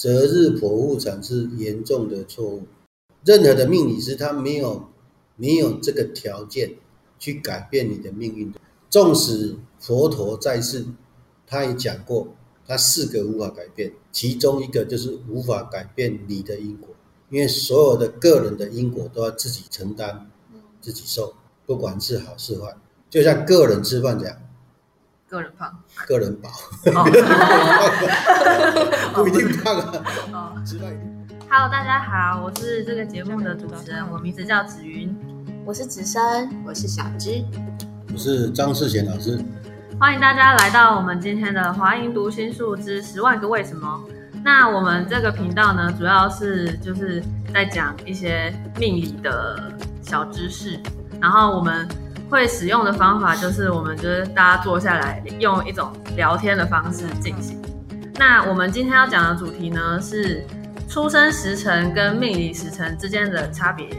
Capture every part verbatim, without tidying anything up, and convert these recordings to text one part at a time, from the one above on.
择日剖腹产是严重的错误。任何的命理师他没有没有这个条件去改变你的命运的。纵使佛陀在世，他也讲过，他四个无法改变，其中一个就是无法改变你的因果，因为所有的个人的因果都要自己承担，自己受，不管是好是坏。就像个人吃饭这样， 个人胖， 个人饱，不一定胖啊，吃饭一定。 Hello， 大家好，我是这个节目的主持人，我名字叫子云， 我是子生，我是小芝， 我是张世贤老师。 欢迎大家来到我们今天的华营读心术之十万个为什么。那我们这个频道呢，主要是就是在讲一些命理的小知识，然后我们会使用的方法就是我们就是大家坐下来用一种聊天的方式进行。那我们今天要讲的主题呢是出生时辰跟命理时辰之间的差别。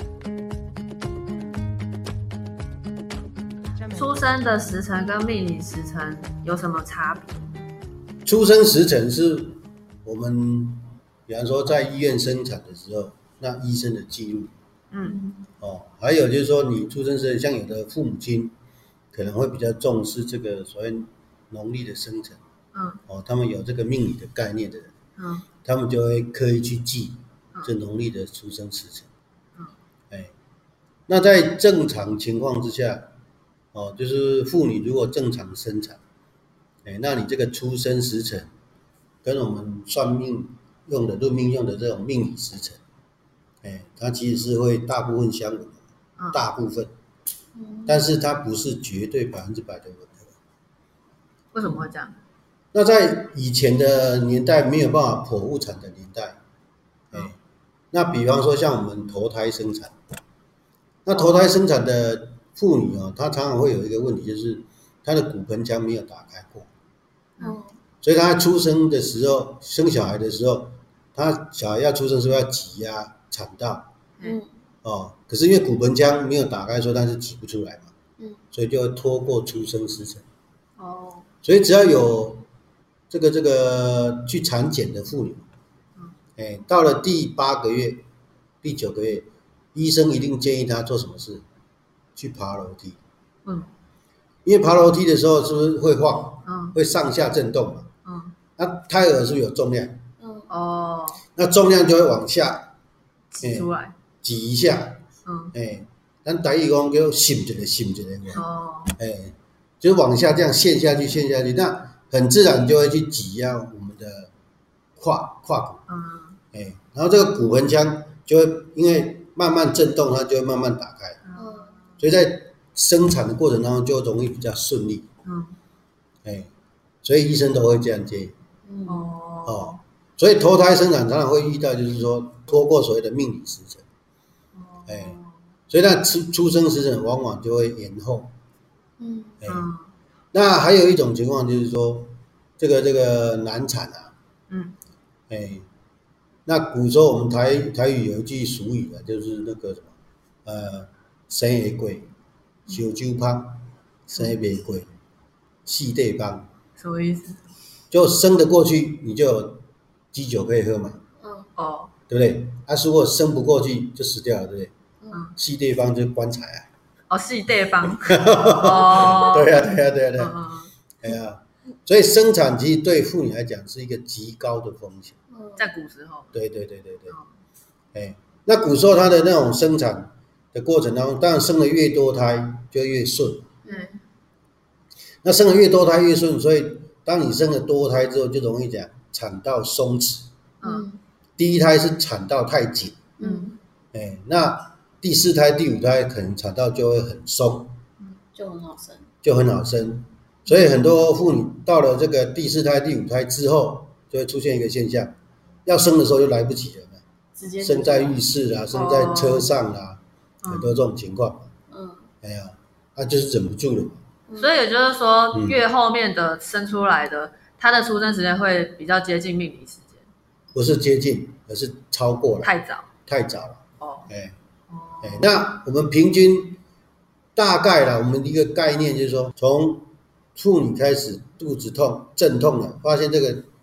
出生的时辰跟命理时辰有什么差别？ 出生时辰是我们比方说在医院生产的时候，那医生的记录。 嗯， 哦，还有就是说你出生时辰，像有的父母亲可能会比较重视这个所谓农历的生辰。 嗯， 哦，他们有这个命理的概念的人， 嗯， 他们就会刻意去记这农历的出生时辰。 嗯， 哎，那在正常情况之下，哦，就是妇女如果正常生产，哎，那你这个出生时辰跟我们算命用的论命用的这种命理时辰，哎，它其实是会大部分相吻的， 嗯、 大部分，但是它不是绝对百分之百的吻合。 为什么会这样？ 那在以前的年代没有办法剖腹产的年代，哎，那比方说像我们头胎生产，那头胎生产的妇女哦，她常常会有一个问题，就是她的骨盆腔没有打开过， 嗯， 所以她出生的时候，生小孩的时候，她小孩要出生是不是要挤压产道？ 嗯， 哦，可是因为骨盆腔没有打开，所以它是挤不出来嘛， 嗯， 所以就会拖过出生时辰。 哦， 所以只要有这个这个去产检的妇女，哎，到了第八个月、第九个月，医生一定建议她做什么事？去爬楼梯。 嗯， 因为爬楼梯的时候是不是会晃？ 嗯， 会上下震动嘛。 嗯， 那胎儿是不是有重量？ 嗯， 哦， 那重量就会往下挤出来， 挤一下。 嗯， 哎，咱台语讲叫吸一个吸一个。 哦， 哎，就往下这样陷下去，陷下去，那很自然就会去挤压我们的胯胯骨。 嗯， 哎，然后这个骨盆腔就会因为慢慢震动，它就会慢慢打开。 嗯， 所以在生产的过程当中就容易比较顺利。 嗯， 哎，所以医生都会这样建议。 嗯， 哦， 哦，所以头胎生产常常会遇到，就是说拖过所谓的命理时辰。哎，所以那出出生时辰往往就会延后。 嗯， 哎， 嗯， 那还有一种情况就是说，这个这个难产啊。 嗯， 哎，那古时候我们台台语有一句俗语啊，就是那个什么，呃，生会过，烧酒芳，生袂过，四地帮。 什么意思？ 就生得过去，你就有基酒可以喝嘛， 嗯， 哦， 对不对？啊，如果生不过去就死掉了，对不对？ 嗯， 四地方就是棺材啊。 哦，是地方。哦， 对呀、啊，对呀、啊，对呀、啊，对、啊。 嗯哎呀，所以生产其实对妇女来讲是一个极高的风险。 嗯， 在古时候。 对对对对对。 哦， 哎，那古时候它的那种生产的过程当中，当然生的越多胎就越顺。 嗯， 那生的越多胎越顺，所以当你生了多胎之后，就容易讲产道松弛。 嗯， 第一胎是产道太紧， 嗯， 哎，那第四胎、第五胎可能产道就会很松， 就很好生。 就很好生。所以很多妇女到了这个第四胎、第五胎之后，就会出现一个现象，要生的时候就来不及了， 直接生在浴室啦，生在车上啦， 哦很多这种情况。 嗯， 哎呀，那、啊、就是忍不住了嘛。 所以也就是说， 嗯越后面的生出来的，它的出生时间会比较接近命理时间， 不是接近，而是超过了， 太早。 太早了。 哦， 哎哦， 哎，那我们平均大概啦，我们一个概念就是说，从妇女开始肚子痛、阵痛了，发现这个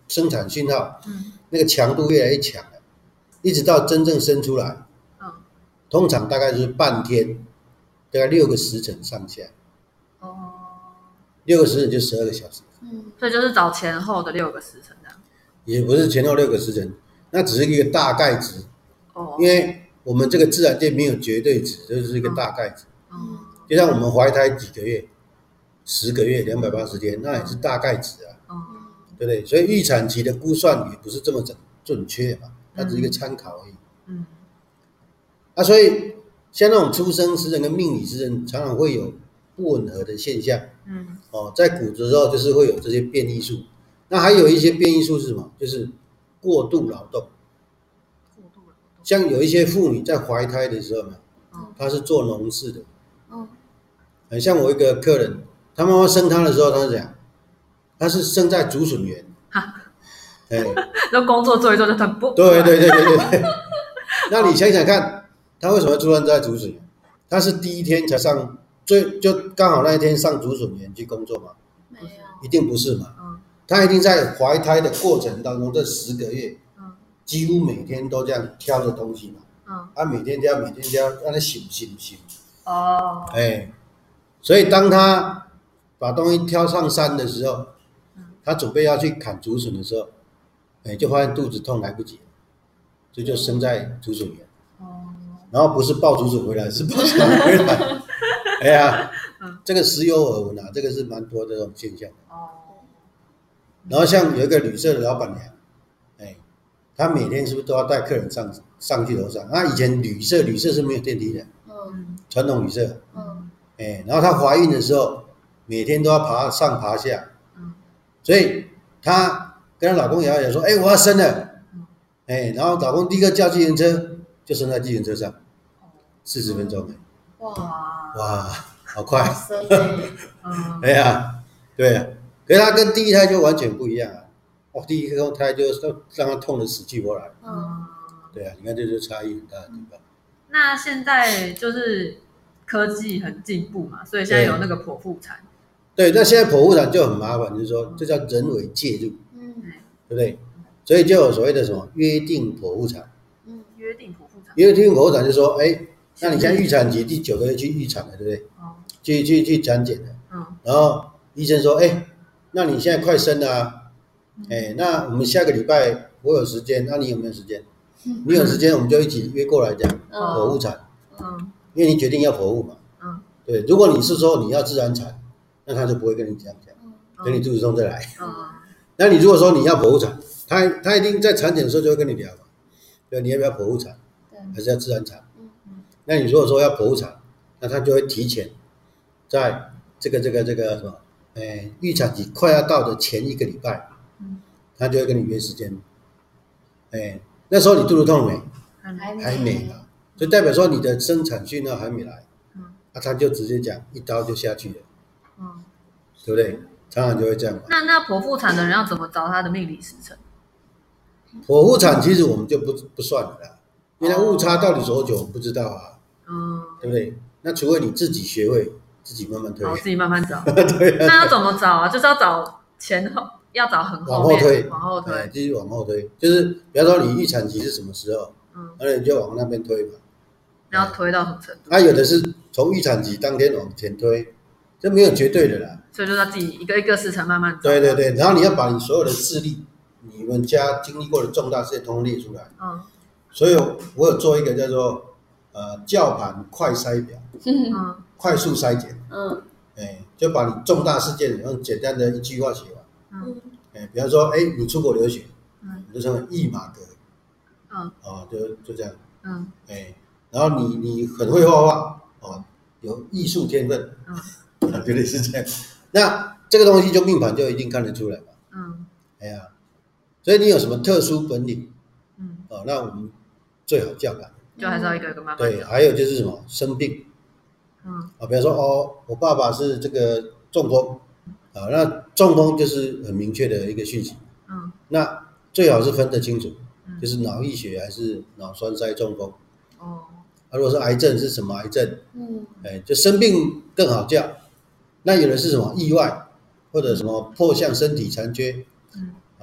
生产讯号， 嗯， 那个强度越来越强了，一直到真正生出来， 嗯， 通常大概就是半天，大概六个时辰上下， 哦， 六个时辰就十二个小时， 嗯， 所以就是找前后的六个时辰这样。 也不是前后六个时辰，那只是一个大概值， 哦， 因为我们这个自然界没有绝对值，这就是一个大概值。 嗯， 就像我们怀胎几个月，十个月，两百八十天，那也是大概值啊， 嗯， 对不对？所以预产期的估算也不是这么准准确嘛，它只是一个参考而已。 嗯， 啊，所以像那种出生时辰跟命理时辰常常会有不吻合的现象。 嗯， 哦，在古的时候就是会有这些变异数，那还有一些变异数是什么？就是过度劳动。 过度了。 像有一些妇女在怀胎的时候呢， 嗯她是做农事的。 嗯， 很像我一个客人，他妈妈生他的时候，他是讲，他是生在竹笋园。 哈， 哎， 那工作做一做就很不。 对对对对对对。那你想想看，他为什么出生在竹笋园？他是第一天才上，最就刚好那一天上竹笋园去工作嘛？ 没有， 一定不是嘛？ 嗯， 他一定在怀胎的过程当中，这十个月， 嗯， 几乎每天都这样挑着东西嘛。 嗯， 啊，每天挑，每天挑，让他醒醒醒。 哦， 哎，所以当他把东西挑上山的时候，他准备要去砍竹笋的时候，哎，就发现肚子痛来不及了，所以就生在竹笋园。 哦， 然后不是抱竹笋回来，是抱船回来。哎呀，这个时有耳闻啊，这个是蛮多的这种现象。 哦， 然后像有一个旅社的老板娘，哎，她每天是不是都要带客人上上去楼上？啊，以前旅社旅社是没有电梯的， 嗯传统旅社。 嗯哎，然后她怀孕的时候，每天都要爬上爬下， 嗯， 所以她跟她老公也要讲说，哎，我要生了，哎，然后老公第一个叫计程车，就生在计程车上，四十分钟， 哇， 哇， 哇，好快， 生欸嗯， 哎呀，对啊，可是她跟第一胎就完全不一样啊，哦，第一个胎就让她痛得死去活来， 嗯， 对啊，你看这就差异很大的地方。 那现在就是科技很进步嘛，所以现在有那个剖腹产。 对，那现在剖腹产就很麻烦，就是说这叫人为介入， 嗯对不对？所以就有所谓的什么约定剖腹产。 嗯约定剖腹产。 约定剖腹产就是说，哎，那你现在预产期第九个月去预产了，对不对？ 哦， 去去去产检了， 嗯， 然后医生说，哎，那你现在快生了啊，哎，那我们下个礼拜我有时间，那你有没有时间？你有时间我们就一起约过来讲剖腹产， 嗯， 因为你决定要剖腹嘛。 嗯， 对，如果你是说你要自然产，那他就不会跟你这样讲， 嗯等你肚子痛再来。 嗯， 那你如果说你要剖腹产，他他一定在产检的时候就会跟你聊嘛，对，你要不要剖腹产， 对， 还是要自然产？ 嗯那你如果说要剖腹产，那他就会提前在这个这个这个什么，哎，预产期快要到的前一个礼拜， 嗯， 他就会跟你约时间，哎，那时候你肚子痛没？ 还还没嘛，就代表说你的生产讯号还没来， 嗯， 那他就直接讲一刀就下去了， 嗯， 对不对？常常就会这样嘛。 那那剖腹产的人要怎么找他的命理时辰？ 剖腹产其实我们就不不算了啦，因为它误差到底多久我们不知道啊， 嗯， 对不对？那除非你自己学会，自己慢慢推好，。自己慢慢找。 对啊， 那要怎么找啊？就是要找前后，要找很后面， 往后推， 往后哎推。 继续往后推，就是比方说你预产期是什么时候， 嗯， 那你就往那边推嘛。 然后推到什么程度？ 它有的是从预产期当天往前推，这没有绝对的啦。 所以就是要自己一个一个时辰慢慢找。 对对对，然后你要把你所有的事例，你们家经历过的重大事件通通列出来。 嗯所以我有做一个叫做呃教盘快筛表， 嗯快速筛检， 嗯哎，就把你重大事件用简单的一句话写完。 嗯哎，比方说，哎，你出国留学， 嗯你就称为一马格， 嗯哦，就就这样， 嗯哎，然后你你很会画画，哦，有艺术天分， 嗯绝对是这样。那这个东西就命盘就一定看得出来嘛， 嗯哎呀，所以你有什么特殊本领， 嗯， 哦，那我们最好教盘。 就还是要一个一个慢慢对， 找。 还有就是什么生病嗯啊，比方说哦，我爸爸是这个中风啊，那中风就是很明确的一个讯息， 嗯那最好是分得清楚， 嗯， 就是脑溢血还是脑栓塞中风。 哦啊，如果是癌症是什么癌症？ 嗯哎，就生病更好叫。那有的是什么意外，或者什么破相身体残缺， 嗯啊，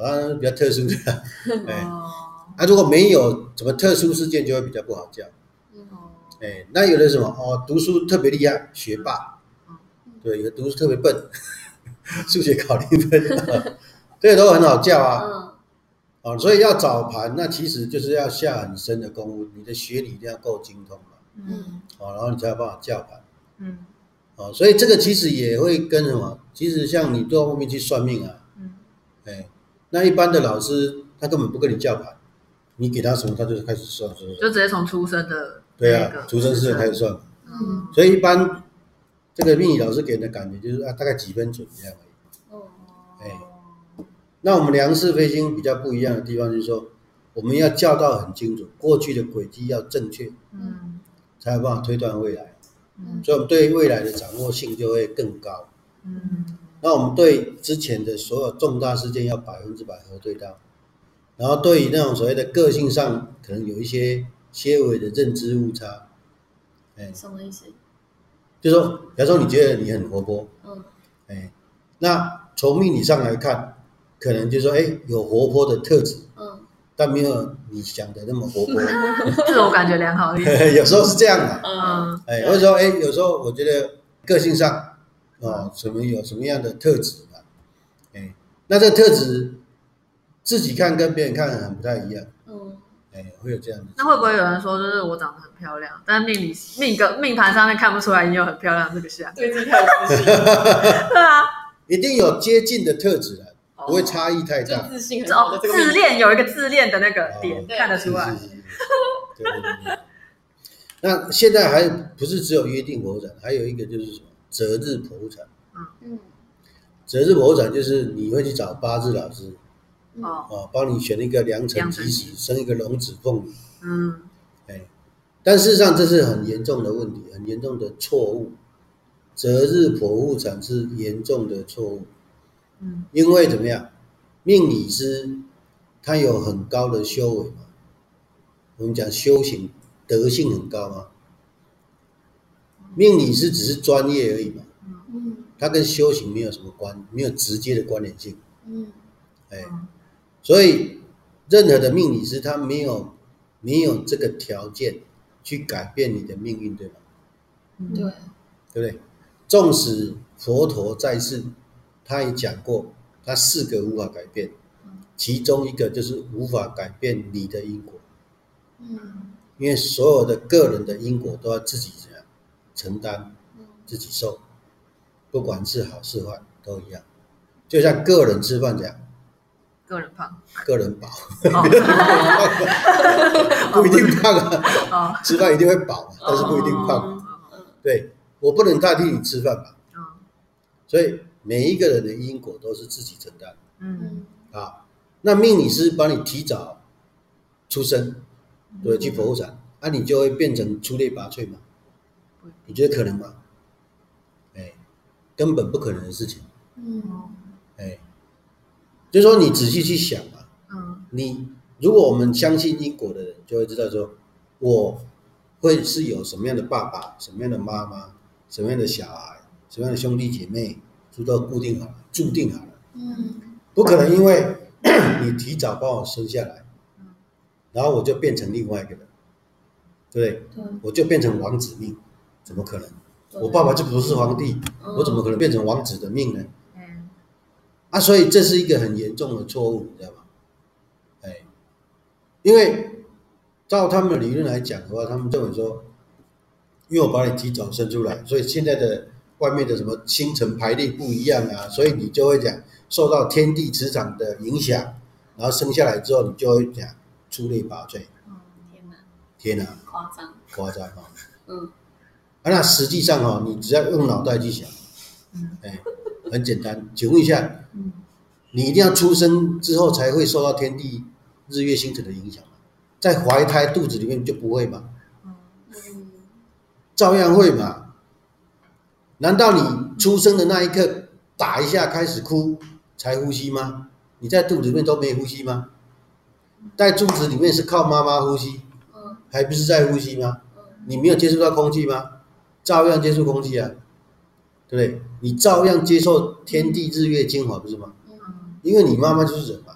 啊比较特殊的，哎， 哦， 啊如果没有什么特殊事件，就会比较不好教。 嗯哎，那有的什么哦，读书特别厉害，学霸，对，有的读书特别笨，数学考零分，这个都很好教啊。 嗯哦，所以要早盘，那其实就是要下很深的功夫，你的学理一定要够精通嘛。 嗯哦，然后你才有办法教盘。 嗯哦，所以这个其实也会跟什么？其实像你到后面去算命啊， 嗯哎，那一般的老师他根本不跟你教盘，你给他什么，他就开始算，算算就直接从出生的对那个啊，出生时开始算。 嗯所以一般这个命理老师给人的感觉就是啊，大概几分准这样而已。 哦哎，那我们梁氏飞星比较不一样的地方就是说，我们要教到很精准，过去的轨迹要正确， 嗯才有办法推断未来。 嗯所以我们对未来的掌握性就会更高。 嗯那我们对之前的所有重大事件要百分之百核对到，然后对于那种所谓的个性上可能有一些些微的认知误差，哎， 什么意思？ 就是说，假如说你觉得你很活泼， 嗯哎，那从命理上来看，可能就是说，哎，有活泼的特质， 嗯但没有你想的那么活泼， 自我感觉良好一点。 有时候是这样的， 嗯哎，或者说，哎，有时候我觉得个性上，哦，什么有什么样的特质嘛，哎，那这个特质自己看跟别人看很不太一样， 嗯哎，会有这样的。 那会不会有人说，就是我长得很漂亮，但是命理命格命盘上面看不出来你有很漂亮这个相？ 对自己很有自信， 对啊， 一定有接近的特质的， 哦不会差异太大。 就自信很好哦的，这个自恋有一个自恋的那个点、 哦看得出来。 是是是是对对对对。那现在还不是只有约定剖产，还有一个就是什么择日剖产。 嗯择日剖产就是你会去找八字老师哦， 哦，帮你选一个良辰吉时，生一个龙子凤女。 嗯哎，但事实上这是很严重的问题，很严重的错误。择日剖腹产是严重的错误， 嗯因为怎么样？命理师他有很高的修为嘛，我们讲修行德性很高嘛。命理师只是专业而已嘛， 嗯他跟修行没有什么关，没有直接的关联性。 嗯哎，所以任何的命理师他没有没有这个条件去改变你的命运，对吧？ 嗯， 对， 对不对？纵使佛陀在世，他也讲过，他四个无法改变，其中一个就是无法改变你的因果， 嗯因为所有的个人的因果都要自己怎样承担，自己受，不管是好是坏都一样。就像个人吃饭这样， 个人胖。 个人饱， 哦不一定胖啊， 哦吃饭一定会饱，但是不一定胖。 哦对，我不能代替你吃饭吧， 哦所以每一个人的因果都是自己承担嗯啊。那命理师帮你提早出生，对，去剖腹产，那、啊、你就会变成出类拔萃嘛？你觉得可能吗？哎，根本不可能的事情。 嗯哎，就是说你仔细去想啊， 嗯你如果我们相信因果的人，就会知道说，我会是有什么样的爸爸，什么样的妈妈，什么样的小孩，什么样的兄弟姐妹，这都固定好了，注定好了， 嗯不可能因为你提早帮我生下来，然后我就变成另外一个人，对不对？ 对， 我就变成王子命，怎么可能？ 对我爸爸就不是皇帝， 嗯我怎么可能变成王子的命呢？ 嗯啊，所以这是一个很严重的错误，你知道吗？哎，因为照他们的理论来讲的话，他们认为说，因为我把你提早生出来，所以现在的外面的什么星辰排列不一样啊，所以你就会讲受到天地磁场的影响，然后生下来之后你就会讲出类拔萃。 天哪， 天哪， 夸张， 夸张哈！ 嗯啊，那实际上哈，你只要用脑袋去想，哎，很简单。请问一下， 嗯你一定要出生之后才会受到天地日月星辰的影响吗？在怀胎肚子里面就不会吗？ 嗯照样会嘛？难道你出生的那一刻打一下开始哭才呼吸吗？你在肚子里面都没呼吸吗？在肚子里面是靠妈妈呼吸， 嗯还不是在呼吸吗？ 嗯你没有接触到空气吗？照样接触空气啊，对不对？你照样接受天地日月精华，不是吗？ 嗯因为你妈妈就是人嘛，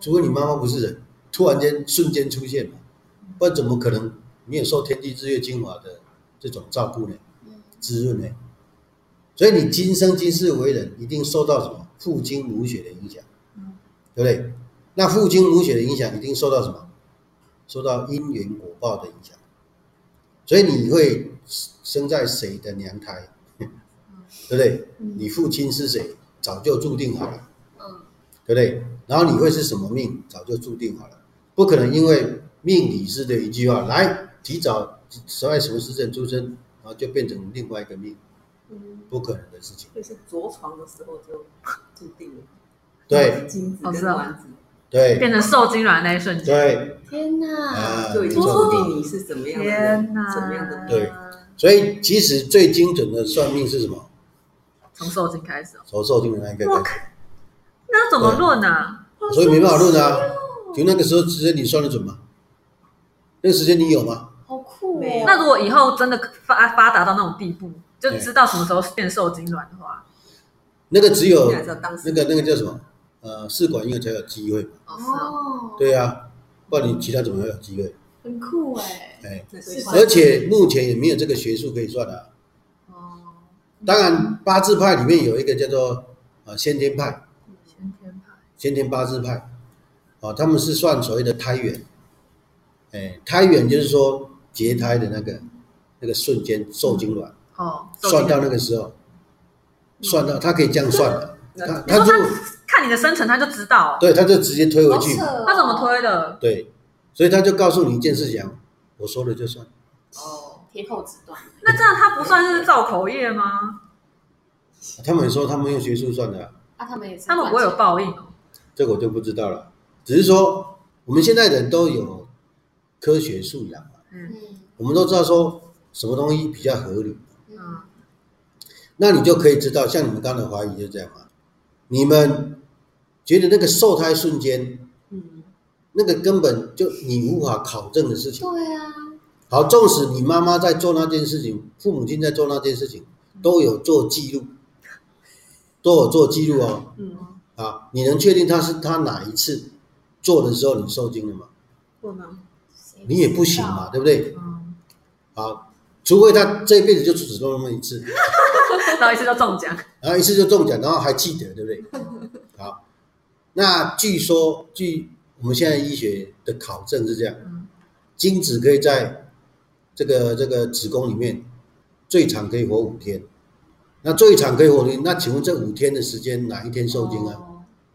除非你妈妈不是人，突然间瞬间出现嘛，不然怎么可能没有受天地日月精华的这种照顾呢？滋润呢？所以你今生今世为人，一定受到什么父精母血的影响，对不对？那父精母血的影响，一定受到什么？受到因缘果报的影响。所以你会生在谁的娘胎，对不对？你父亲是谁，早就注定好了，对不对？然后你会是什么命，早就注定好了，不可能因为命理师的一句话，来提早在什么时辰出生，然后就变成另外一个命，不可能的事情。 就是着床的时候就注定了， 对， 精子跟卵子， 对， 变成受精卵那一瞬间， 对， 天哪， 啊， 就已经注定你是怎么样的人， 天哪， 怎么样的命。 对，所以其实最精准的算命是什么？ 从受精开始哦， 从受精的那一个开始， 那怎么论啊？ 所以没办法论啊。就那个时候时间你算得准吗？那个时间你有吗？ 好酷没有哦！ 那如果以后真的发发达到那种地步，就知道什么时候变受精卵的话， 那个只有你还是要当时那个那个叫什么？呃，试管婴儿才有机会嘛。 哦，是哦， 哦， 对啊，不然你其他怎么会有机会？ 很酷哎。 哎， 那所以是而且目前也没有这个学术可以算的、啊。 哦， 当然，八字派里面有一个叫做呃先天派， 先天派， 先天八字派，啊，他们是算所谓的胎元。哎，胎元就是说结胎的那个那个瞬间受精卵， 哦，受精算到那个时候，算到他可以这样算的，他你说他他就看你的生辰，他就知道哦， 对，他就直接推回去好扯，哦他怎么推的？ 对，所以他就告诉你一件事情，我说了就算。 哦，铁口直断。 那这样他不算是造口业吗？ 他们说他们用学术算的、啊， 啊，他们也是他们不会有报应哦。 这个我就不知道了。只是说我们现在人都有科学素养嘛， 嗯嗯我们都知道说什么东西比较合理， 嗯嗯， 那你就可以知道，像你们刚才的怀疑就这样嘛。你们觉得那个受胎瞬间， 嗯， 那个根本就你无法考证的事情。 对啊， 好，纵使你妈妈在做那件事情，父母亲在做那件事情，都有做记录，都有做记录哦。 嗯， 啊，你能确定他是他哪一次做的时候你受精了吗？ 不能， 你也不行嘛，对不对？ 嗯， 好，除非他这一辈子就只做那么一次， 然后一次就中奖。 然后一次就中奖，然后还记得，对不对？好，那据说据我们现在医学的考证是这样， 嗯精子可以在这个这个子宫里面最长可以活五天，那最长可以活五天，那请问这五天的时间哪一天受精啊？ 哦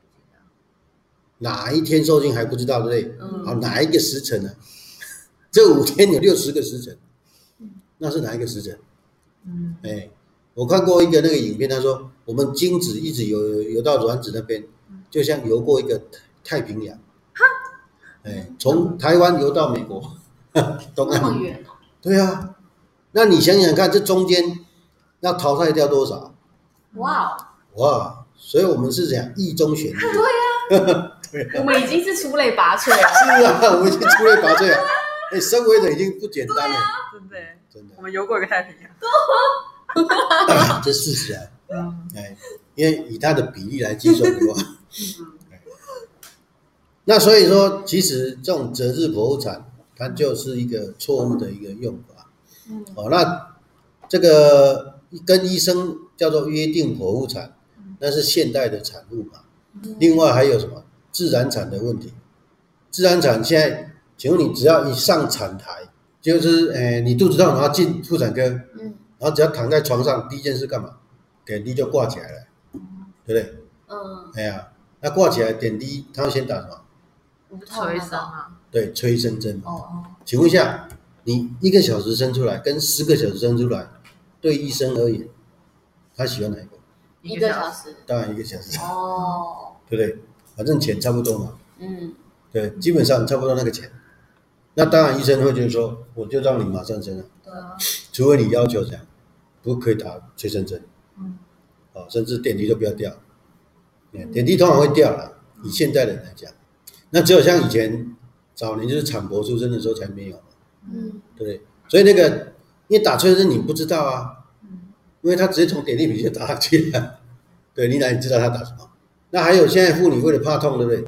哪一天受精还不知道，对不对？ 嗯好，哪一个时辰呢、这五天有六十个时辰，那是哪一个时辰？ 嗯， 哎，我看过一个那个影片，他说我们精子一直游游到卵子那边，就像游过一个太平洋，哎，从台湾游到美国东那么岸。 远哦。 对啊，那你想想看，这中间要淘汰掉多少？ 哇哦， 哇！所以我们是讲异中选一。 我们已经是出类拔萃了。 是啊，我们已经出类拔萃了。哎，身为人已经不简单了， 真的耶， 真的我，们游过一个太平洋。 这事实啊。 嗯哎，因为以它的比例来计算的话，哎那所以说，其实这种择日剖腹产，它就是一个错误的一个用法。 嗯哦，那这个跟医生叫做约定剖腹产，那是现代的产物嘛。另外还有什么自然产的问题？自然产现在，请问你只要一上产台，就是诶，你肚子痛，然后进妇产科， 嗯然后只要躺在床上，第一件事干嘛？点滴就挂起来了，对不对？ 嗯， 哎呀，那挂起来点滴，他会先打什么？ 无痛催那种。 生啊， 对，催生针嘛。 哦哦， 请问一下，你一个小时生出来跟十个小时生出来，对医生而言，他喜欢哪一个？ 一个小时。 当然一个小时， 哦， 对不对？反正钱差不多嘛， 嗯对，基本上差不多那个钱。那当然医生会就是说，我就让你马上生了， 对啊， 除非你要求这样，不可以打催生针， 嗯哦，甚至点滴都不要掉，嗯点滴通常会掉了，以现代人来讲，那只有像以前早年就是产婆出生的时候才没有嘛， 嗯对不对？所以那个因为打催生针你不知道啊， 嗯因为他直接从点滴笔就打上去了，对你哪里知道他打什么？那还有现在妇女为了怕痛，对不对？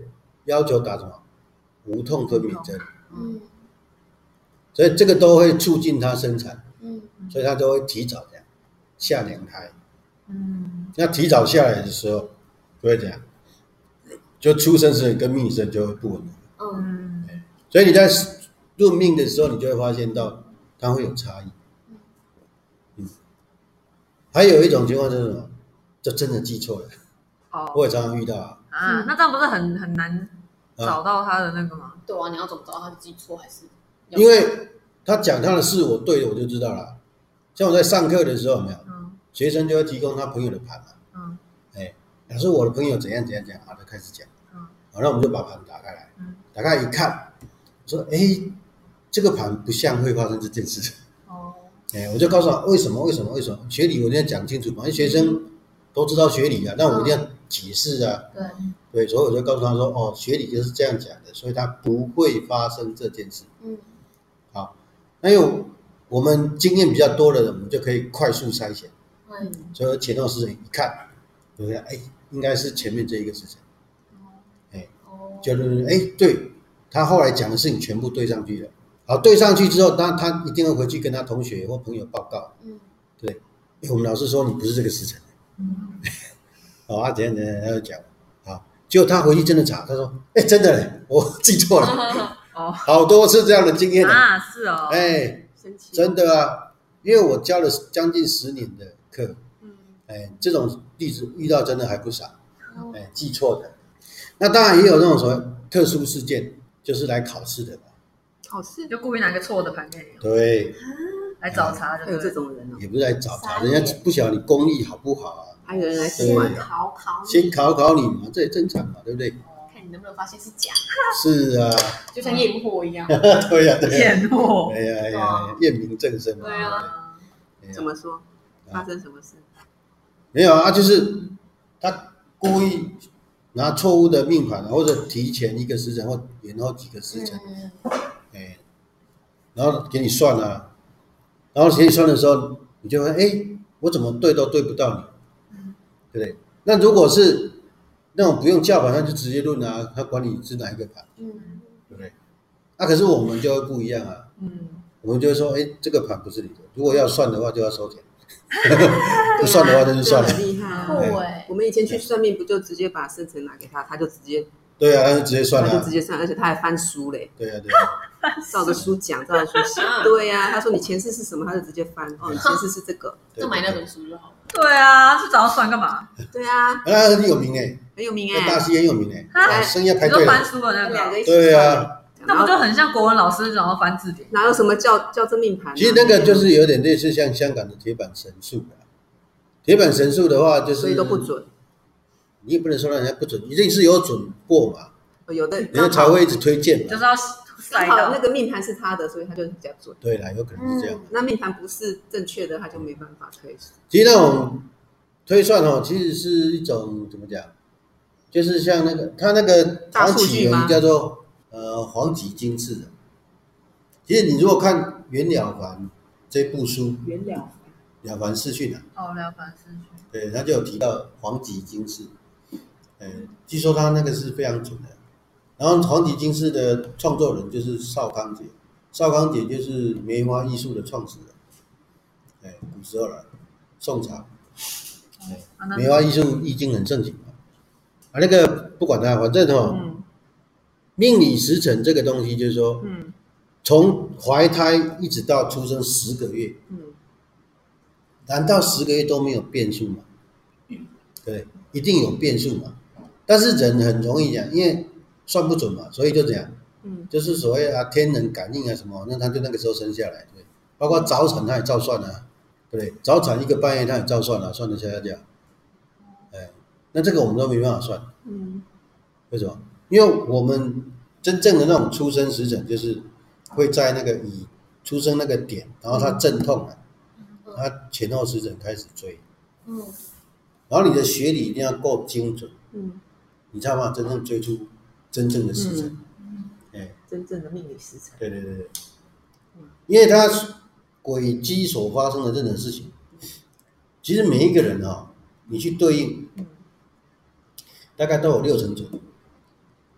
要求打什么无痛分娩针， 嗯所以这个都会促进他生产， 嗯所以他都会提早这样下两胎。 嗯， 那提早下来的时候，就会怎样？就出生时跟命理生就会不稳定。 嗯嗯， 所以你在论命的时候，你就会发现到它会有差异。嗯，还有一种情况就是什么？就真的记错了。 哦， 我也常常遇到啊。 啊，那这样不是很很难找到他的那个吗？ 对啊，你要怎么知道他是记错还是？ 因为他讲他的事，我对的我就知道了。像我在上课的时候，有没有？ 嗯学生就会提供他朋友的盘嘛。 嗯哎，老师，我的朋友怎样怎样怎样，好，他开始讲。 嗯好，那我们就把盘打开来， 嗯， 打开一看，说，哎，这个盘不像会发生这件事。 哦， 哎，我就告诉他为什么为什么为什么学理我一定要讲清楚嘛，因为学生都知道学理啊，但我一定要解释啊。 对， 对，所以我就告诉他说，哦，学理就是这样讲的，所以它不会发生这件事。 嗯好，那有我们经验比较多的人，我们就可以快速筛选。 嗯所以前后事情一看，对不对？哎，应该是前面这一个事情。哎， 哦， 就是哎，对，他后来讲的事情全部对上去了。好，对上去之后，他他一定会回去跟他同学或朋友报告。 嗯对，哎，我们老师说你不是这个时辰。 嗯， 哦，啊，怎样怎样，他就讲，好，结果他回去真的查，他说，哎，真的嘞，我记错了， 哦好多次这样的经验了。 啊，是哦， 哎， 生气真的啊，因为我教了将近十年的课， 嗯哎，这种例子遇到真的还不少， 哦哎，记错的。那当然也有那种所谓特殊事件，就是来考试的嘛。 考试就故意拿个错的盘给你， 对， 来找茬就还有对了。 这种人哦， 也不是来找茬， 傻人眼家不晓得你功力好不好啊， 还有人来对喜欢考考你先考考你嘛，这也正常嘛，对不对？ 看你能不能发现是假， 是啊， 就像验货一样。 对呀，对呀， 验货哎呀哎呀对啊， 验明正身嘛。 对啊啊， 对呀怎么说？发生什么事？ 没有啊，就是他故意拿错误的命盘，或者提前一个时辰或延后几个时辰， 嗯哎，然后给你算啊，然后给你算的时候，你就会哎，我怎么对都对不到你，对不对？那如果是那种不用叫盘，他就直接论啊，他管你是哪一个盘， 嗯对不对？那、可是我们就会不一样啊， 嗯， 我们就会说，哎，这个盘不是你的，如果要算的话就要收钱，不算的话那就算了。 很厉害酷啊。 哎， 我们以前去算命，不就直接把生辰拿给他，他就直接对啊，他就直接算了、啊他就直。接算，而且他还翻书嘞， 对啊，对啊， 照着书讲，照着书写。对呀、他说你前世是什么，他就直接翻。哦，你前世是这个。 对就买那本书就好了。 对啊，去找他算干嘛？ 对啊， 啊，很有名哎， 很有名在大哎。 溪很有名哎， 啊啊生意要排你说翻队了。 书的那个， 两个一起对啊算那不就很像国文老师然后翻字典？ 哪有什么叫叫真命盘、啊？ 其实那个就是有点类似像香港的铁板神术的。铁板神术的话，就是所以都不准， 你也不能说人家不准，一定是有准过嘛， 有的人家才会一直推荐嘛。 就是要刚晒到好那个命盘是他的，所以他就比较准。 对啦，有可能是这样。 那命盘不是正确的，他就没办法推。 其实那种推算哦，其实是一种怎么讲，就是像那个他那个大好像起源数据吗叫做呃黄极经世的。其实你如果看《袁了凡》这部书， 原了了凡四训啊， 哦，了凡四训。 对，他就有提到黄极经世，呃，据说他那个是非常准的。然后黄极经世的创作人就是邵康节，邵康节就是梅花艺术的创始人，哎，古时候了，宋朝。 啊那梅花艺术易经很盛行嘛，啊，那个不管它，反正哦， 嗯命理时辰这个东西，就是说， 嗯从怀胎一直到出生十个月， 嗯， 难道十个月都没有变数吗？对，一定有变数嘛。但是人很容易讲，因为算不准嘛，所以就这样， 嗯， 就是所谓啊天人感应啊什么，那他就那个时候生下来，对，包括早产他也照算啊，对不对？早产一个半夜他也照算啊，算得下下这样，哎，那这个我们都没办法算， 嗯， 为什么？因为我们真正的那种出生时辰，就是会在那个以出生那个点，然后他阵痛了，他前后时辰开始追， 嗯然后你的学理一定要够精准， 嗯， 你才有办法真正追出真正的时辰。哎、 真正的命理时辰。 对对对对，因为他轨迹所发生的任何事情，其实每一个人啊、哦，你去对应，大概都有六成准。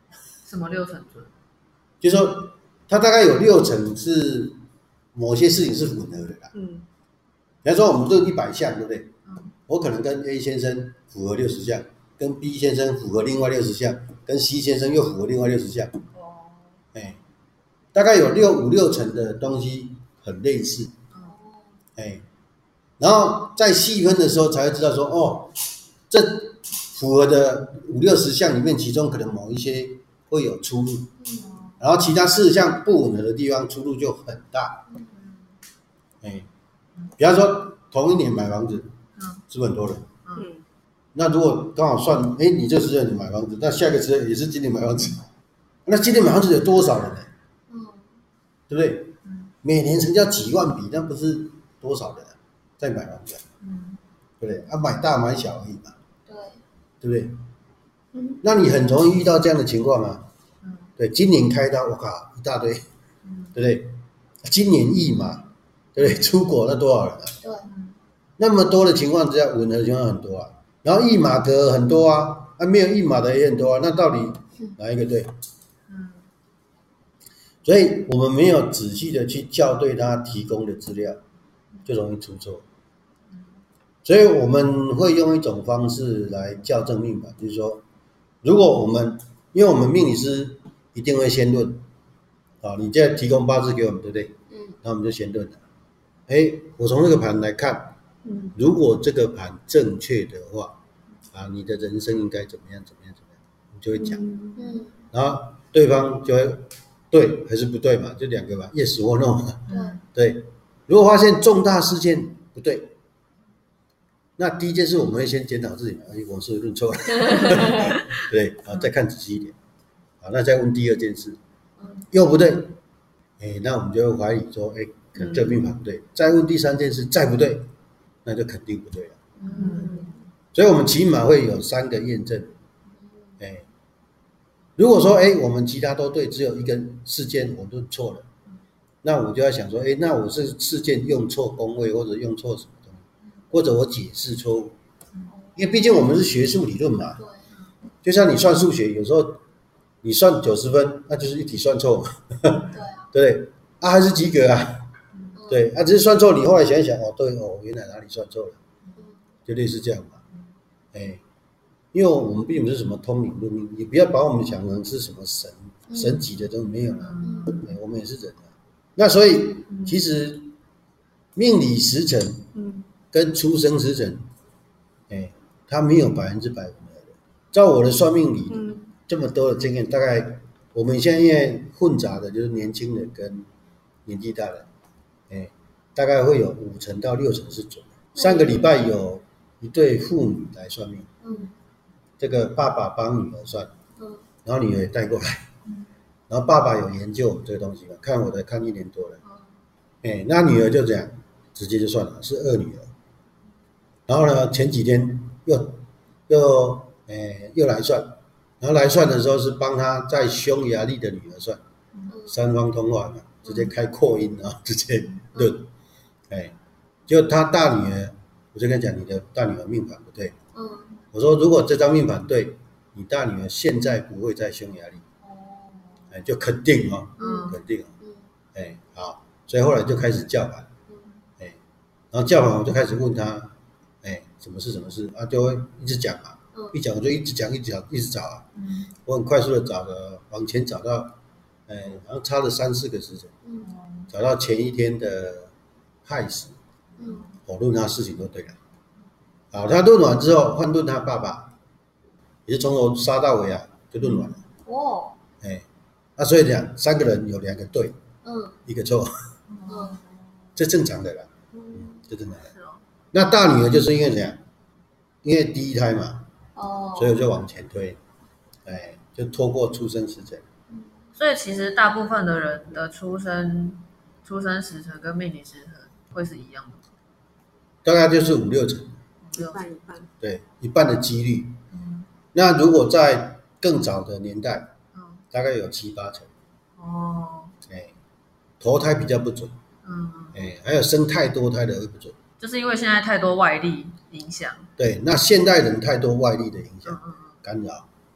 什么六成准？ 就是说它大概有六成是某些事情是吻合的啦。 嗯， 比方说我们这一百项，对不对？ 嗯， 我可能跟 A 先生符合六十项，跟 B 先生符合另外六十项，跟 C 先生又符合另外六十项。 哦， 哎，大概有六五六成的东西很类似。 哦， 哎，然后在细分的时候才会知道说，哦，这符合的五六十项里面，其中可能某一些会有出入，然后其他四十项不吻合的地方出入就很大。哎，比方说同一年买房子，是不是很多人？ 嗯， 那如果刚好算，哎，你这时间你买房子，那下个时间也是今年买房子，那今年买房子有多少人呢？ 嗯， 对不对？每年成交几万笔，那不是多少人啊在买房子？ 嗯， 对不对？啊，买大买小而已嘛， 对， 对不对？ 嗯， 那你很容易遇到这样的情况啊。 嗯， 对，今年开刀，我靠，一大堆， 嗯， 对不对？今年一嘛，对不对？出国那多少人啊？ 对， 那么多的情况之下，吻合的情况很多啊。然后一码格很多啊，啊，没有一码的也很多啊。那到底哪一个对？ 嗯， 所以我们没有仔细的去校对他提供的资料，就容易出错。所以我们会用一种方式来校正命盘，就是说，如果我们因为我们命理师一定会先论，啊，你现在提供八字给我们，对不对？ 嗯， 那我们就先论了。哎，我从这个盘来看， 嗯， 如果这个盘正确的话，啊，你的人生应该怎么样怎么样怎么样，你就会讲， 嗯， 然后对方就会对还是不对嘛，就两个嘛 ，yes or no 嘛。 对， 对，如果发现重大事件不对，那第一件事我们会先检讨自己嘛，哎，我是不是论错了，对，啊，再看仔细一点，好，那再问第二件事，又不对，哎，那我们就会怀疑说，哎，可能这个命盘不对，再问第三件事再不对，那就肯定不对了。 嗯， 所以我们起码会有三个验证，哎，如果说哎我们其他都对，只有一个事件我论错了，那我就要想说，哎，那我是事件用错宫位，或者用错什么东西，或者我解释错误，因为毕竟我们是学术理论嘛， 对， 就像你算数学，有时候你算九十分，那就是一题算错嘛， 对啊， 对不对？啊，还是及格啊，对，啊，只是算错，你后来想一想，哦，对哦，原来哪里算错了，就类似这样嘛，哎，因为我们并不是什么通灵论命，你不要把我们想成是什么神神级的，都没有了，哎，我们也是人啊。那所以其实命理时辰跟出生时辰，哎，它没有百分之百吻合的。照我的算命理这么多的经验，大概我们现在因为混杂的就是年轻人跟年纪大的，哎，大概会有五成到六成是准的。上个礼拜有一对父女来算命， 嗯， 这个爸爸帮女儿算， 嗯， 然后女儿也带过来，然后爸爸有研究这个东西嘛，看我的看一年多了，哎，那女儿就这样直接就算了，是二女儿。然后呢，前几天又又哎又来算，然后来算的时候是帮他在匈牙利的女儿算，三方通话嘛，直接开扩音啊，直接论，哎，就他大女儿，我就跟他讲你的大女儿命盘不对， 嗯， 我说如果这张命盘对，你大女儿现在不会在匈牙利，哎，就肯定哦， 嗯肯定哦， 嗯， 哎，好，所以后来就开始叫盘，哎，然后叫盘我就开始问他，哎，什么事什么事啊，就会一直讲嘛，一讲我就一直讲一直讲一直找啊，我很快速的找了，往前找到，哎，然后差了三四个时辰，找到前一天的亥时， 嗯， 我论他事情都对了，好，他论完之后换论他爸爸，也是从头杀到尾啊，就论完了， 哦， 哎，那所以讲三个人有两个对， 嗯， 一个错， 嗯， 这正常的啦， 嗯， 这正常的。 是哦， 那大女儿就是因为怎样？因为第一胎嘛， 哦， 所以我就往前推，哎，就拖过出生时辰。 所以其实大部分的人的出生出生时辰跟命理时辰会是一样的， 大概就是五六成， 一半一半， 对，一半的几率。那如果在更早的年代， 嗯， 大概有七八成， 哦， 哎，头胎比较不准， 嗯， 哎，还有生太多胎的会不准。 就是因为现在太多外力影响， 对，那现代人太多外力的影响嗯嗯干扰，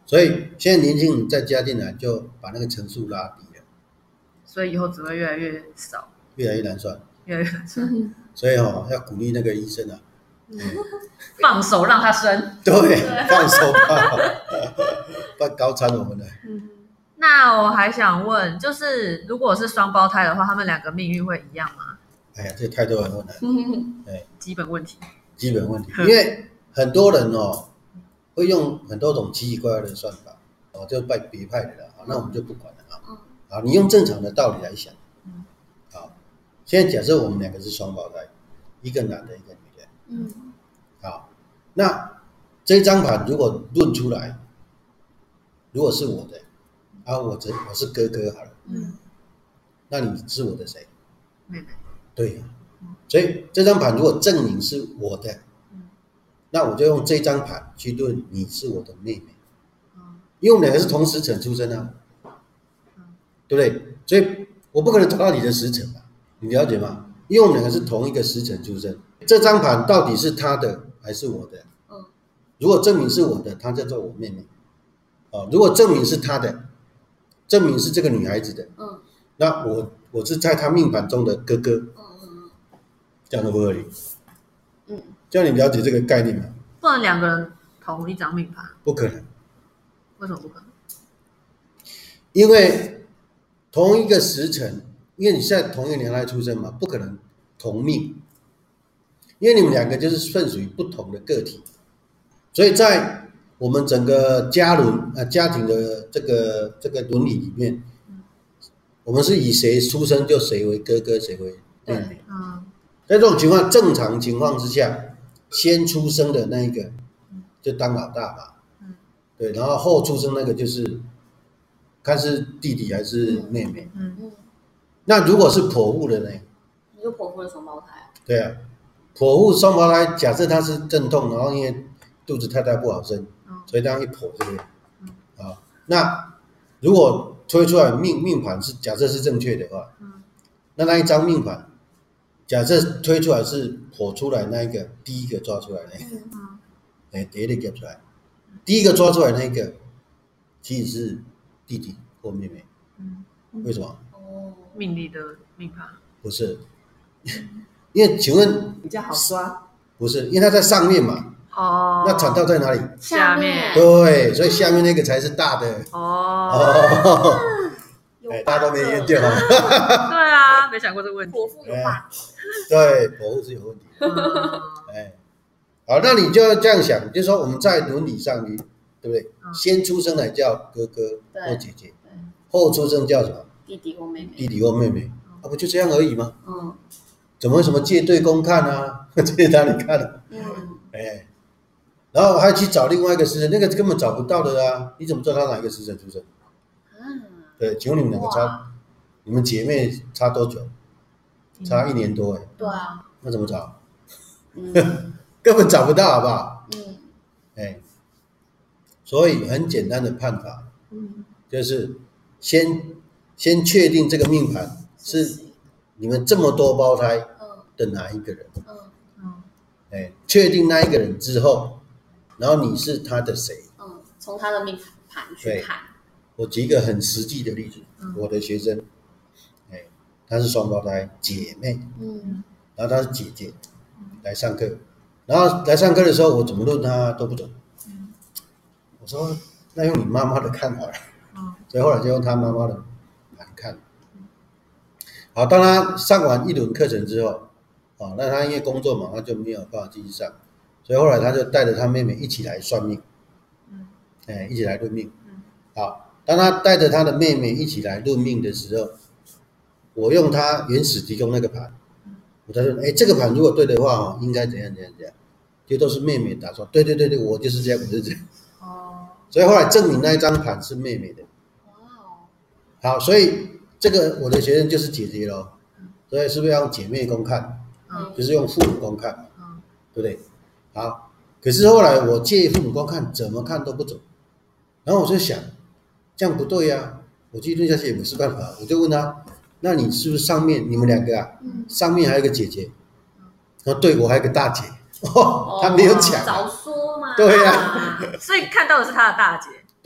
所以现在年轻人再加进来，就把那个层数拉低了， 所以以后只会越来越少， 越来越难算， 越来越难算。 所以哦，要鼓励那个医生啊，嗯、 放手让他生， 对，放手吧，不然高产我们了。 嗯，那我还想问，就是如果是双胞胎的话，他们两个命运会一样吗？ 哎呀，这太多人问了， 嗯， 哎， 基本问题， 基本问题，因为很多人哦会用很多种奇奇怪怪的算法，哦，就拜别派的了，那我们就不管了啊。 嗯， 好，你用正常的道理来想， 嗯， 好，现在假设我们两个是双胞胎，一个男的，一个女的， 嗯， 好，那这张盘如果论出来，如果是我的，啊，我这我是哥哥好了， 嗯， 那你是我的谁？ 妹妹， 对，所以这张盘如果证明是我的， 嗯， 那我就用这张盘去论你是我的妹妹， 嗯， 因为我们两个是同时辰出生啊， 嗯， 对不对？所以我不可能找到你的时辰嘛，你了解吗？因为我们两个是同一个时辰出生，这张盘到底是他的还是我的？ 嗯， 如果证明是我的，他叫做我妹妹，哦，如果证明是他的，证明是这个女孩子的， 嗯， 那我我是在他命盘中的哥哥， 嗯嗯这样合不合理？ 嗯， 这样你了解这个概念吗？ 不能两个人同一张命盘， 不可能， 为什么不可能？ 因为同一个时辰，因为你现在同一个年代出生嘛，不可能同命，因为你们两个就是分属于不同的个体，所以在我们整个家伦啊家庭的这个这个伦理里面，我们是以谁出生就谁为哥哥，谁为妹妹。 嗯， 在这种情况，正常情况之下，先出生的那一个就当老大嘛， 嗯， 对，然后后出生那个就是看是弟弟还是妹妹。 嗯嗯， 那如果是剖腹的呢？ 你就剖腹的双胞胎， 对啊，剖腹双胞胎，假设他是阵痛，然后因为肚子太大不好生， 嗯所以这样一剖，对不对？啊，那如果推出来命命盘是假设是正确的话， 嗯， 那那一张命盘，假设推出来是剖出来那一个第一个抓出来那个， 嗯， 哎，第一个夹出来，第一个抓出来那一个，其实是弟弟或妹妹， 嗯， 为什么？ 哦， 命理的命盘， 不是，因为请问比较好抓。 不是，因为它在上面嘛， 哦， 那产道在哪里？ 下面对，所以下面那个才是大的。 哦， 哦， 有哎，大家都没研究啊。 对啊，没想过这个问题， 剖腹有吧？ 对，剖腹是有问题的。 嗯哎，好，那你就要这样想，就是说我们在伦理上，你对不对？ 嗯先出生的叫哥哥对或姐姐对， 后出生叫什么？ 弟弟或妹妹， 弟弟或妹妹，啊，不就这样而已吗？ 嗯怎么会什么借对公看啊？借哪里看啊？ 嗯， 哎，然后还去找另外一个时辰，那个根本找不到的啊！你怎么知道他哪一个时辰出生？ 啊， 对，请问你们两个差， 哇， 你们姐妹差多久？差一年多哎， 对啊， 那怎么找？ 嗯根本找不到，好不好？ 嗯哎，所以很简单的判法嗯， 就是先先确定这个命盘是你们这么多胞胎嗯的哪一个人， 嗯嗯哎，确定那一个人之后，然后你是他的谁？ 嗯，从他的命盘去看， 我举一个很实际的例子， 嗯我的学生，哎，她是双胞胎姐妹， 嗯然后她是姐姐来上课，然后来上课的时候，我怎么论她都不准。 嗯我说那用你妈妈的看好了， 嗯所以后来就用她妈妈的盘看。好，当她上完一轮课程之后，哦，那她因为工作嘛，她就没有办法继续上，所以后来她就带着她妹妹一起来算命， 嗯哎，一起来论命嗯。 好，当她带着她的妹妹一起来论命的时候，我用她原始提供那个盘，我在说，哎，这个盘如果对的话，哦，应该怎样怎样怎样，就都是妹妹打说，对对对对，我就是这样，我就是这样。 哦， 所以后来证明那一张盘是妹妹的。 哇哦， 好，所以这个我的学生就是姐姐咯，所以是不是要用姐妹宫看， 嗯就是用父母宫看， 嗯对不对？好，可是后来我借父母宫看，怎么看都不准，然后我就想，这样不对呀、啊，我继续论下去也不是办法，我就问他，那你是不是上面你们两个啊， 嗯， 上面还有一个姐姐？他说对，我还有个大姐，哦，他没有讲、 早说嘛， 对呀、 啊，所以看到的是他的大姐，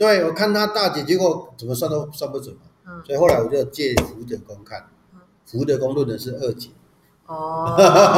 对，我看他大姐，结果怎么算都算不准嘛。嗯，所以后来我就借福德宫看，福德宫论的是二姐。 哦，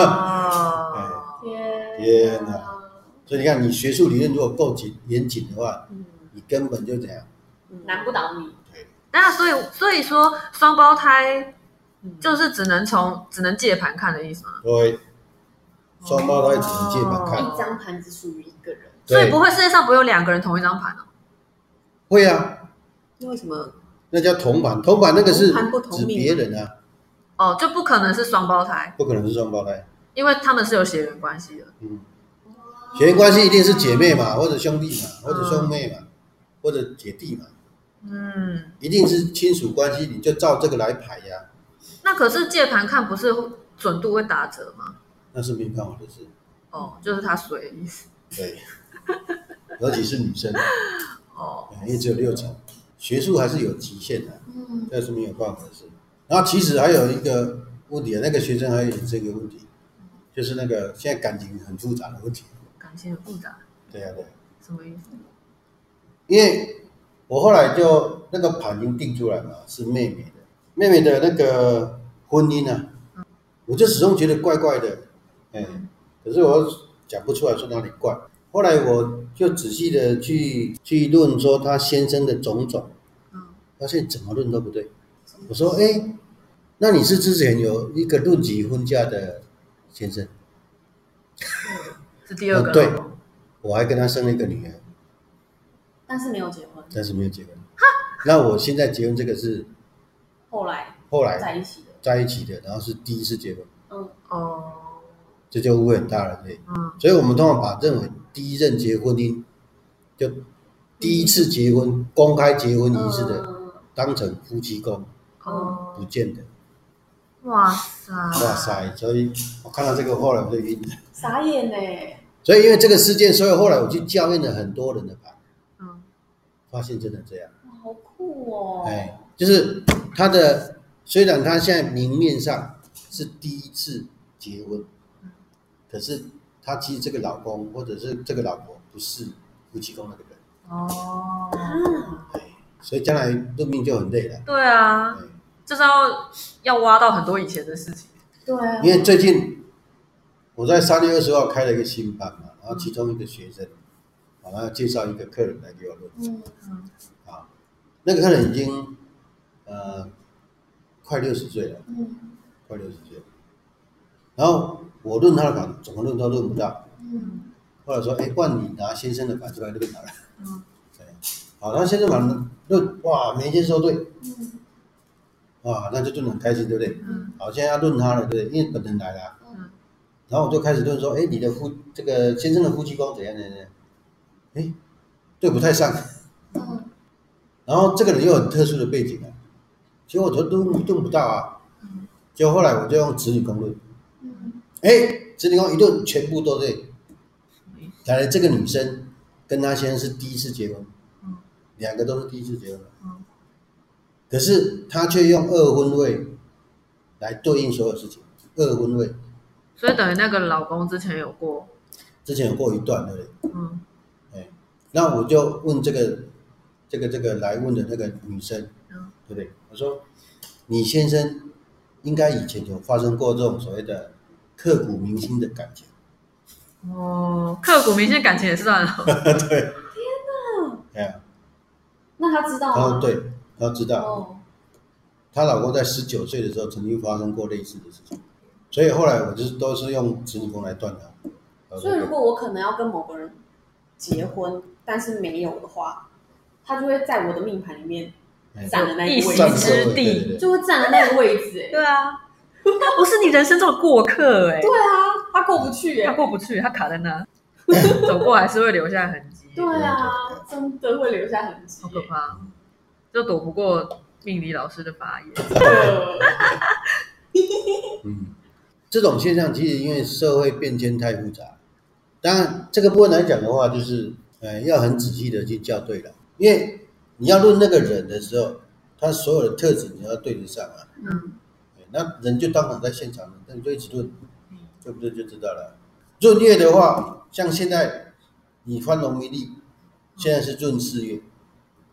天天哪！所以你看，你学术理论如果够紧严谨的话，嗯、你根本就怎样， 难不倒你。 对。 那所以所以说双胞胎就是只能从只能借盘看的意思吗？ 对，双胞胎只能借盘看， 一张盘只属于一个人， 所以不会世界上不会有两个人同一张盘哦？ 会啊。 那为什么？ 那叫同盘，同盘那个是指别人啊。 哦，就不可能是双胞胎， 不可能是双胞胎， 因为他们是有血缘关系的。 嗯。血缘关系一定是姐妹嘛，或者兄弟嘛，或者兄妹嘛，嗯、或者姐弟嘛，嗯，一定是亲属关系，你就照这个来排呀。 那可是借盘看不是准度会打折吗？ 那是没办法的事。 哦，就是他水的意思。 对，尤其是女生，哦，因为只有六成，学术还是有极限的，嗯，这是没有办法的事。然后其实还有一个问题啊，那个学生还有这个问题，就是那个现在感情很复杂的问题。 感情很复杂。 对呀、啊，对、啊。 什么意思？ 因为我后来就那个盘已经定出来嘛，是妹妹的，妹妹的那个婚姻啊，嗯、我就始终觉得怪怪的，哎、嗯，可是我讲不出来说哪里怪。后来我就仔细的去去论说他先生的种种，嗯，发现怎么论都不对。我说，哎，那你是之前有一个论及婚嫁的先生？ 是第二个、哦。 对，我还跟他生了一个女儿， 但是没有结婚。 但是没有结婚。那我现在结婚这个是后来后来在一起的， 在一起的，然后是第一次结婚。 嗯哦， 这就误会很大了，对。嗯。所以我们通常把认为第一任结婚姻，就第一次结婚、嗯、公开结婚仪式的，嗯、当成夫妻宫。哦。不见得。 哇塞！ 哇塞！所以我看到这个，后来我就晕了。 傻眼呢。 所以因为这个事件，所以后来我去校验了很多人的盘，嗯，发现真的这样。 哇，好酷哦！ 哎，就是他的，虽然他现在明面上是第一次结婚，可是他其实这个老公或者是这个老婆不是夫妻宫那个人。哦。哎，所以将来论命就很累了。 对啊。就是要要挖到很多以前的事情。 对啊。 因为最近我在三月二十号开了一个新班嘛，然后其中一个学生，然后介绍一个客人来给我论。嗯嗯。啊，那个客人已经呃快六十岁了。嗯。快六十岁了。然后我论他的盘，怎么论都论不到。嗯。后来说，哎，不然你拿先生的盘出来论好了。嗯。对。好，他先生盘论，哇，每一件说对。嗯。哇，那就论得很开心，对不对？嗯。好，现在要论他了，对不对？因为本人来了。嗯。然后我就开始论说，哎，你的夫这个先生的夫妻宫怎样怎样？哎，对不太上。嗯。然后这个人又很特殊的背景啊，结果我都论论不到啊。嗯。结果后来我就用子女宫论。嗯。哎，子女宫一论全部都对。原来这个女生跟她先生是第一次结婚。嗯。两个都是第一次结婚。嗯。可是他却用二婚位来对应所有事情，二婚位， 所以等于那个老公之前有过， 之前有过一段，对不对？嗯，哎，那我就问这个这个这个来问的那个女生，嗯，对不对？我说你先生应该以前有发生过这种所谓的刻骨铭心的感情。 哦，刻骨铭心的感情也算了。 对。 天哪！ 对啊。 那他知道吗？ 他说对。她知道，她、哦、老公在十九岁的时候曾经发生过类似的事情，所以后来我就是都是用子女宫来断她。 所以如果我可能要跟某个人结婚，但是没有的话，他就会在我的命盘里面占了那个位置， 之地就会占了那个位置、欸。 对啊，他不是你人生中的过客哎、欸。 对啊，他过不去哎、欸， 他过不去，他卡在那，走过还是会留下痕迹。 对啊，真的会留下痕迹、欸， 好可怕。就躲不过命理老师的法眼。 嗯，这种现象其实因为社会变迁太复杂，当然这个部分来讲的话，就是呃要很仔细的去校对了，因为你要论那个人的时候，他所有的特质你要对得上啊。嗯。那人就当场在现场，那你就一直论，对不对？就知道了。闰月的话，像现在你翻农民历，现在是闰四月。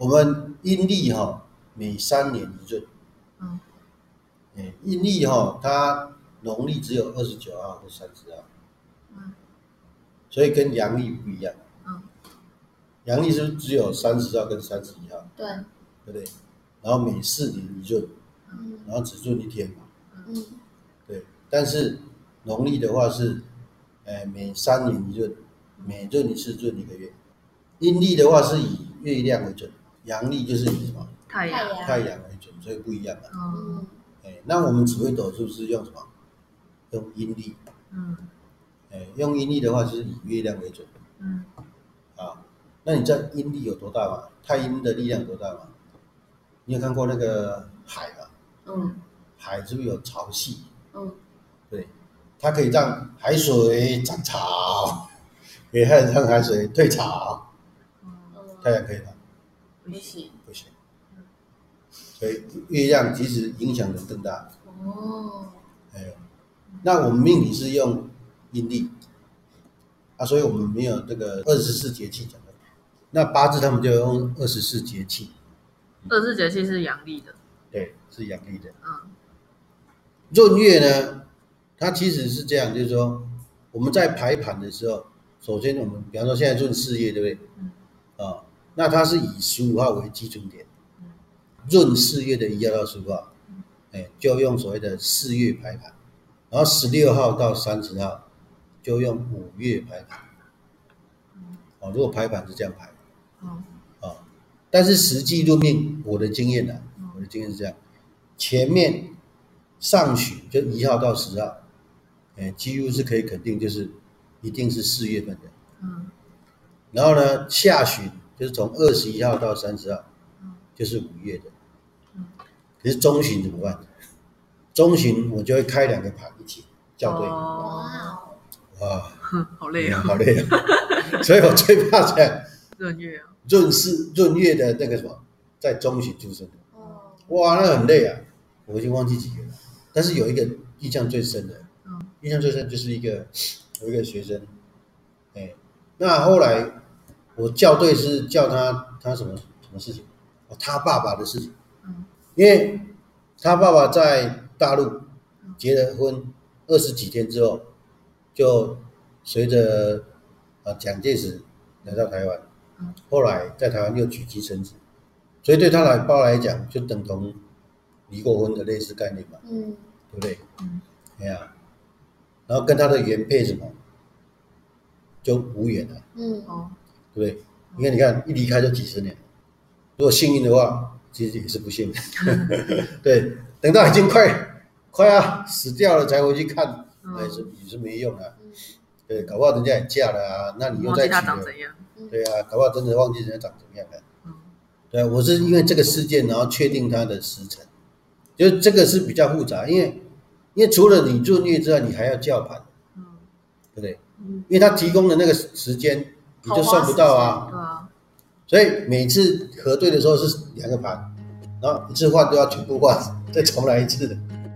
我们阴历哈每三年一闰， 嗯， 哎，阴历哈它农历只有二十九号或三十号， 嗯， 所以跟阳历不一样， 嗯， 阳历是不是只有三十号跟三十一号， 对， 对不对？然后每四年一闰， 嗯然后只闰一天嘛， 嗯对。但是农历的话是，呃，每三年一闰，每闰一次闰一个月。阴历的话是以月亮为准，阳历就是以什么太阳， 太阳太阳为准，所以不一样啊。 嗯嗯哎，那我们紫微斗数是用什么？用阴历。 嗯哎，用阴历的话就是以月亮为准嗯， 啊。那你知道阴历有多大吗？太阴的力量多大吗？你有看过那个海吗？ 嗯海是不是有潮汐？ 嗯对，它可以让海水涨潮，也可以让海水退潮。太阳可以吗？ 不行不行。所以月亮其实影响人更大。 哦， 哎，那我们命理是用阴历啊，所以我们没有这个二十四节气讲的。那八字他们就用二十四节气， 二十四节气是阳历的， 对，是阳历的。 嗯闰月呢，它其实是这样，就是说我们在排盘的时候，首先我们比方说现在闰四月，对不对？ 嗯啊，那它是以十五号为基准点，闰四月的一号到十五号，哎，就用所谓的四月排盘，然后十六号到三十号就用五月排盘。哦，如果排盘是这样排， 嗯啊，但是实际论命，我的经验呢、啊，我的经验是这样，前面上旬就一号到十号，哎，几乎是可以肯定就是一定是四月份的。 嗯然后呢，下旬就是从二十一号到三十号，就是五月的。可是中旬怎么办？中旬我就会开两个盘一起校对。 哦， 哇哦， 哇， 哼好累啊， 好累啊！所以我最怕这样闰月啊， 闰四闰月的那个什么，在中旬出生的。 哦， 哇，那很累啊！我已经忘记几个了，但是有一个印象最深的， 嗯印象最深就是一个有一个学生，哎，那后来我校对是叫他他什么什么事情？哦，他爸爸的事情， 嗯因为他爸爸在大陆结了婚二十几天之后，就随着啊蒋介石来到台湾， 嗯后来在台湾又娶妻生子，所以对他来爸来讲，就等同离过婚的类似概念嘛， 嗯对不对？ 嗯哎呀，然后跟他的原配什么就无缘了， 嗯哦， 对不对？因为你看一离开就几十年，如果幸运的话，其实也是不幸。对，等到已经快快要死掉了才回去看， 嗯也是也是没用啊。对，搞不好人家也嫁了啊，那你又忘记他再娶了， 长怎样， 对啊，搞不好真的忘记人家长怎么样了。 嗯对啊，我是因为这个事件，然后确定他的时辰，就这个是比较复杂，因为因为除了你闰月之外，你还要校盘， 嗯对不对？ 嗯， 因为他提供的那个时间你就算不到啊， 对啊， 所以每次核对的时候是两个盘，然后一次换都要全部换，再重来一次。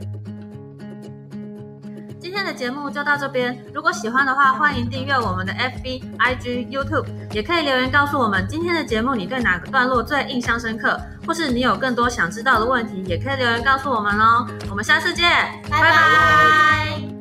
今天的节目就到这边，如果喜欢的话，欢迎订阅我们的 F B、I G、YouTube， 也可以留言告诉我们今天的节目你对哪个段落最印象深刻，或是你有更多想知道的问题，也可以留言告诉我们哦。我们下次见，拜拜。